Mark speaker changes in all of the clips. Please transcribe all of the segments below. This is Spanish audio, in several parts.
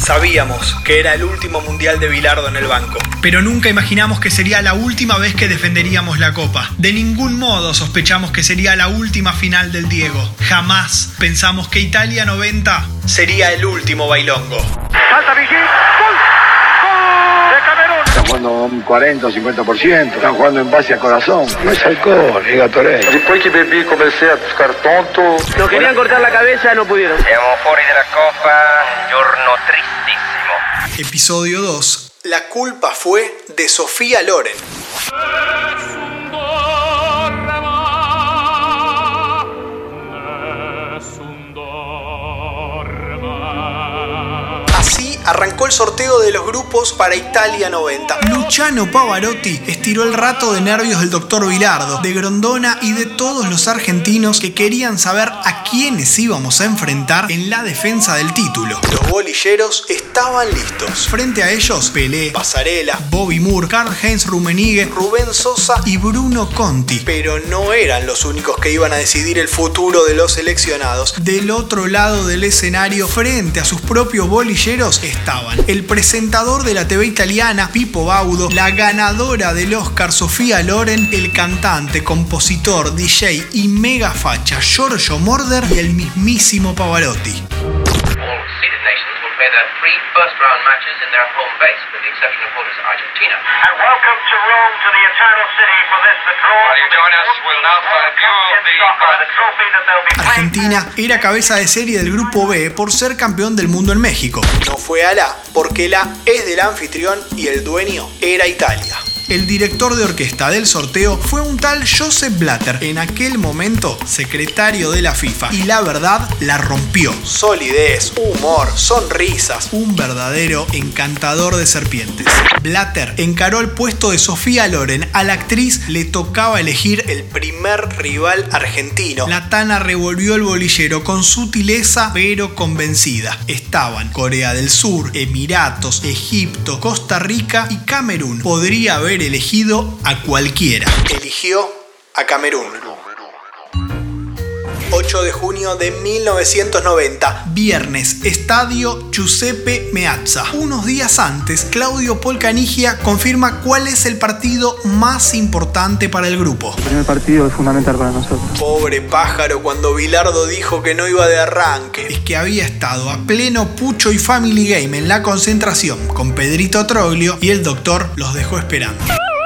Speaker 1: Sabíamos que era el último mundial de Bilardo en el banco, pero nunca imaginamos que sería la última vez que defenderíamos la Copa. De ningún modo sospechamos que sería la última final del Diego. Jamás pensamos que Italia 90 sería el último bailongo.
Speaker 2: Salta Vigil, ¡gol! ¡Gol de Camerún!
Speaker 3: Están jugando un 40 o 50%, están jugando en base a corazón. No es alcohol, es Gatorade.
Speaker 2: Después que bebí comencé a buscar tonto.
Speaker 4: Nos querían cortar la cabeza, no pudieron.
Speaker 5: Siamo fuori della Coppa, un giorno tristissimo.
Speaker 1: Episodio 2. La culpa fue de Sofía Loren. Así arrancó el sorteo de los grupos para Italia 90. Luciano Pavarotti estiró el rato de nervios del doctor Bilardo, de Grondona y de todos los argentinos que querían saber a quiénes íbamos a enfrentar en la defensa del título. Los bolilleros estaban listos. Frente a ellos, Pelé, Pasarela, Bobby Moore, Karl-Heinz Rummenigge, Rubén Sosa y Bruno Conti. Pero no eran los únicos que iban a decidir el futuro de los seleccionados. Del otro lado del escenario, frente a sus propios bolilleros, estaban el presentador de la TV italiana, Pippo Baudo, la ganadora del Oscar, Sofía Loren, el cantante, compositor, DJ y mega facha, Giorgio Moroder y el mismísimo Pavarotti.
Speaker 5: Seeded nations will play their three first-round matches in their home base, with the exception of course Argentina.
Speaker 2: And welcome to Rome, to the eternal city, for this, the draw.
Speaker 5: While you join us, we'll now find you
Speaker 2: The trophy that they'll be playing.
Speaker 1: Argentina era cabeza de serie del grupo B por ser campeón del mundo en México. No fue a la, porque la es del anfitrión y el dueño era Italia. El director de orquesta del sorteo fue un tal Joseph Blatter, en aquel momento secretario de la FIFA, y la verdad la rompió. Solidez, humor, sonrisas, un verdadero encantador de serpientes. Blatter encaró el puesto de Sofía Loren. A la actriz le tocaba elegir el primer rival argentino. La Tana revolvió el bolillero con sutileza pero convencida. Estaban Corea del Sur, Emiratos, Egipto, Costa Rica y Camerún. Podría haber elegido a cualquiera. Eligió a Camerún. 8 de junio de 1990, viernes, estadio Giuseppe Meazza. Unos días antes, Claudio Polcanigia confirma cuál es el partido más importante para el grupo.
Speaker 6: El primer partido es fundamental para nosotros.
Speaker 1: Pobre pájaro cuando Bilardo dijo que no iba de arranque. Es que había estado a pleno pucho y Family Game en la concentración con Pedrito Troglio y el doctor los dejó esperando.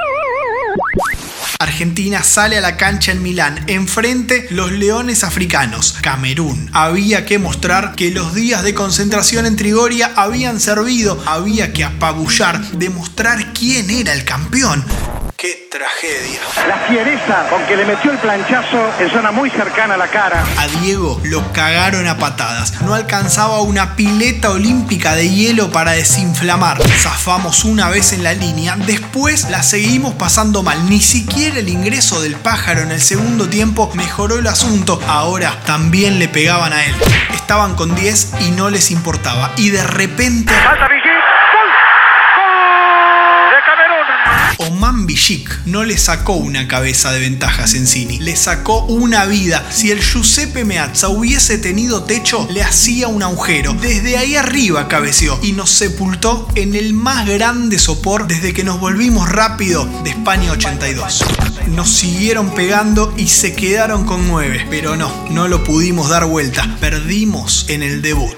Speaker 1: Argentina sale a la cancha en Milán, enfrente los leones africanos, Camerún. Había que mostrar que los días de concentración en Trigoria habían servido, había que apabullar, demostrar quién era el campeón. ¡Qué tragedia!
Speaker 3: La fiereza con que le metió el planchazo en zona muy cercana a la cara.
Speaker 1: A Diego lo cagaron a patadas. No alcanzaba una pileta olímpica de hielo para desinflamar. Zafamos una vez en la línea, después la seguimos pasando mal. Ni siquiera el ingreso del pájaro en el segundo tiempo mejoró el asunto. Ahora también le pegaban a él. Estaban con 10 y no les importaba. Y de repente...
Speaker 2: Salta Vigil, ¡gol! ¡Gol de Camerún!
Speaker 1: Oman Bijik no le sacó una cabeza de ventaja a Sensini, le sacó una vida. Si el Giuseppe Meazza hubiese tenido techo, le hacía un agujero. Desde ahí arriba cabeceó y nos sepultó en el más grande sopor desde que nos volvimos rápido de España 82. Nos siguieron pegando y se quedaron con 9, pero no lo pudimos dar vuelta. Perdimos en el debut.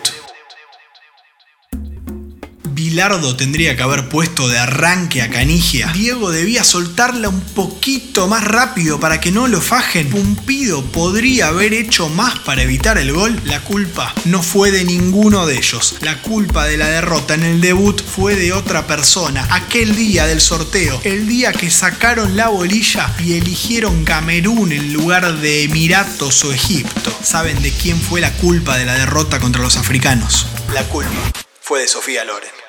Speaker 1: Bilardo tendría que haber puesto de arranque a Canigia. Diego debía soltarla un poquito más rápido para que no lo fajen. Pumpido podría haber hecho más para evitar el gol. La culpa no fue de ninguno de ellos. La culpa de la derrota en el debut fue de otra persona. Aquel día del sorteo, el día que sacaron la bolilla y eligieron Camerún en lugar de Emiratos o Egipto. ¿Saben de quién fue la culpa de la derrota contra los africanos? La culpa fue de Sofía Loren.